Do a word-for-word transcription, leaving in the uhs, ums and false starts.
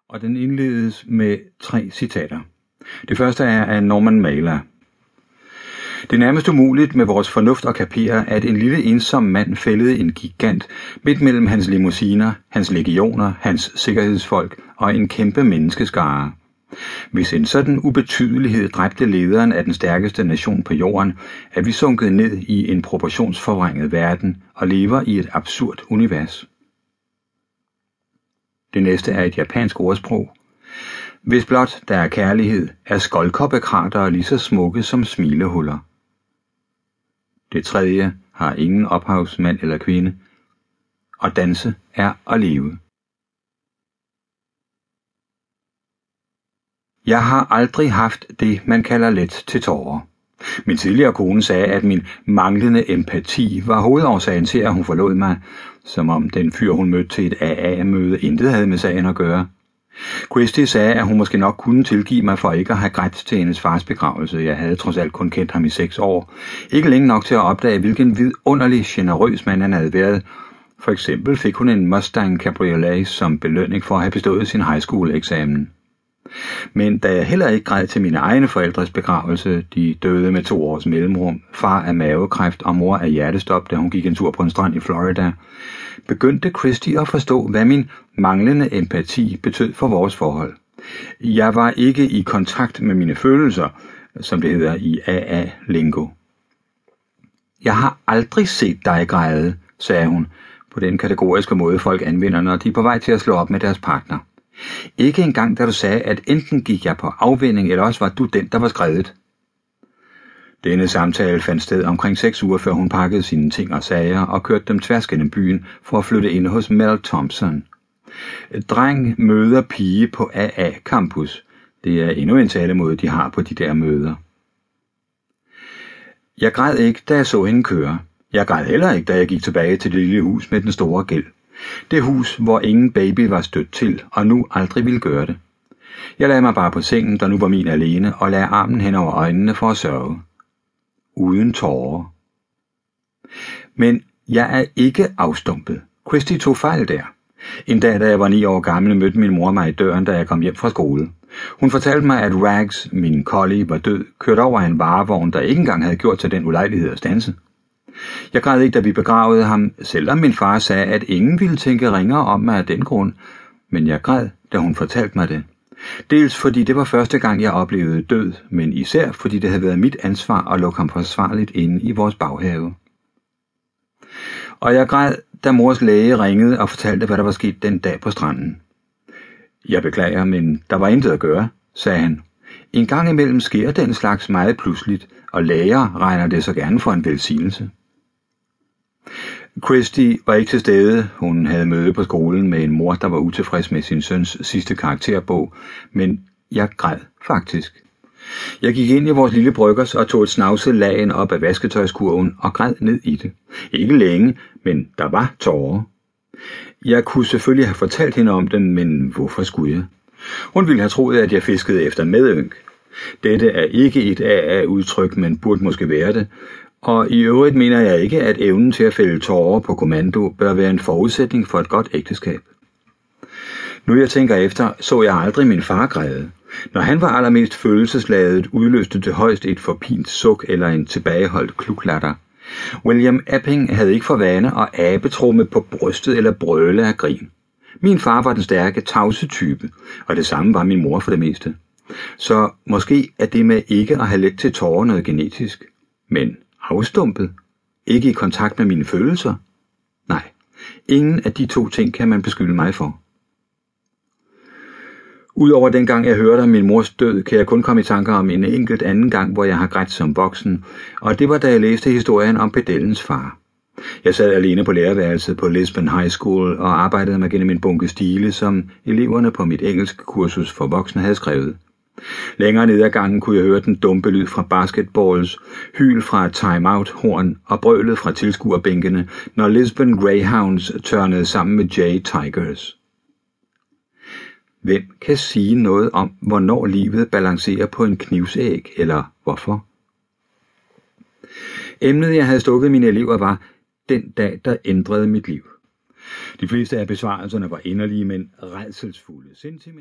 og den indledes med tre citater. Det første er af Norman Mailer. Det er nærmest umuligt med vores fornuft at kapere, at en lille ensom mand fældede en gigant midt mellem hans limousiner, hans legioner, hans sikkerhedsfolk og en kæmpe menneskeskare. Hvis en sådan ubetydelighed dræbte lederen af den stærkeste nation på jorden, er vi sunket ned i en proportionsforvrænget verden og lever i et absurd univers. Det næste er et japansk ordsprog. Hvis blot der er kærlighed, er skoldkoppekratere lige så smukke som smilehuller. Det tredje har ingen ophavsmand eller kvinde. At danse er at leve. Jeg har aldrig haft det, man kalder let til tårer. Min tidligere kone sagde, at min manglende empati var hovedårsagen til, at hun forlod mig, som om den fyr, hun mødte til et A A-møde, intet havde med sagen at gøre. Christy sagde, at hun måske nok kunne tilgive mig for ikke at have grædt til hendes fars begravelse. Jeg havde trods alt kun kendt ham i seks år. Ikke længe nok til at opdage, hvilken vidunderlig generøs mand han havde været. For eksempel fik hun en Mustang Cabriolet som belønning for at have bestået sin high school-eksamen. Men da jeg heller ikke græd til mine egne forældres begravelse, de døde med to års mellemrum, far af mavekræft og mor af hjertestop, da hun gik en tur på en strand i Florida, begyndte Christy at forstå, hvad min manglende empati betød for vores forhold. Jeg var ikke i kontakt med mine følelser, som det hedder i A A-lingo. Jeg har aldrig set dig græde, sagde hun, på den kategoriske måde folk anvender, når de er på vej til at slå op med deres partner. Ikke engang da du sagde, at enten gik jeg på afvinding, eller også var du den, der var skredet. Denne samtale fandt sted omkring seks uger, før hun pakkede sine ting og sager og kørte dem tværs gennem byen for at flytte ind hos Mel Thompson. Dreng møder pige på A A-campus. Det er endnu en talemåde, de har på de der møder. Jeg græd ikke, da jeg så hende køre. Jeg græd heller ikke, da jeg gik tilbage til det lille hus med den store gæld. Det hus, hvor ingen baby var stødt til, og nu aldrig ville gøre det. Jeg lagde mig bare på sengen, der nu var min alene, og lagde armen hen over øjnene for at sørge. Uden tårer. Men jeg er ikke afstumpet. Christy tog fejl der. En dag, da jeg var ni år gammel, mødte min mor mig i døren, da jeg kom hjem fra skole. Hun fortalte mig, at Rags, min collie, var død, kørt over en varevogn, der ikke engang havde gjort til den ulejlighed at standse. Jeg græd ikke, da vi begravede ham, selvom min far sagde, at ingen ville tænke ringere om mig af den grund. Men jeg græd, da hun fortalte mig det. Dels fordi det var første gang, jeg oplevede død, men især fordi det havde været mit ansvar at lukke ham forsvarligt inde i vores baghave. Og jeg græd, da mors læge ringede og fortalte, hvad der var sket den dag på stranden. Jeg beklager, men der var intet at gøre, sagde han. En gang imellem sker den slags meget pludseligt, og læger regner det så gerne for en velsignelse. Christy var ikke til stede. Hun havde møde på skolen med en mor, der var utilfreds med sin søns sidste karakterbog, men jeg græd faktisk. Jeg gik ind i vores lille bryggers og tog et snavset lagen op af vasketøjskurven og græd ned i det. Ikke længe, men der var tårer. Jeg kunne selvfølgelig have fortalt hende om dem, men hvorfor skulle jeg? Hun ville have troet, at jeg fiskede efter medynk. Dette er ikke et A A-udtryk, men burde måske være det, og i øvrigt mener jeg ikke, at evnen til at fælde tårer på kommando bør være en forudsætning for et godt ægteskab. Nu jeg tænker efter, så jeg aldrig min far græde. Når han var allermest følelsesladet, udløste det højst et forpint suk eller en tilbageholdt kluklatter. William Epping havde ikke for vane at abetrumme på brystet eller brøle af grin. Min far var den stærke, tavse type, og det samme var min mor for det meste. Så måske er det med ikke at have let til tårer noget genetisk. Men afstumpet? Ikke i kontakt med mine følelser? Nej, ingen af de to ting kan man beskylde mig for. Udover den gang jeg hørte om min mors død, kan jeg kun komme i tanker om en enkelt anden gang, hvor jeg har grædt som voksen, og det var da jeg læste historien om pedellens far. Jeg sad alene på lærerværelset på Lisbon High School og arbejdede mig gennem en bunke stile, som eleverne på mit engelske kursus for voksne havde skrevet. Længere ned ad gangen kunne jeg høre den dumpe lyd fra basketballs, hyl fra timeout-horn og brølet fra tilskuerbænkene, når Lisbon Greyhounds tørnede sammen med Jay Tigers. Hvem kan sige noget om, hvornår livet balancerer på en knivsæg, eller hvorfor? Emnet, jeg havde stukket mine elever, var den dag, der ændrede mit liv. De fleste af besvarelserne var inderlige, men rædselsfulde.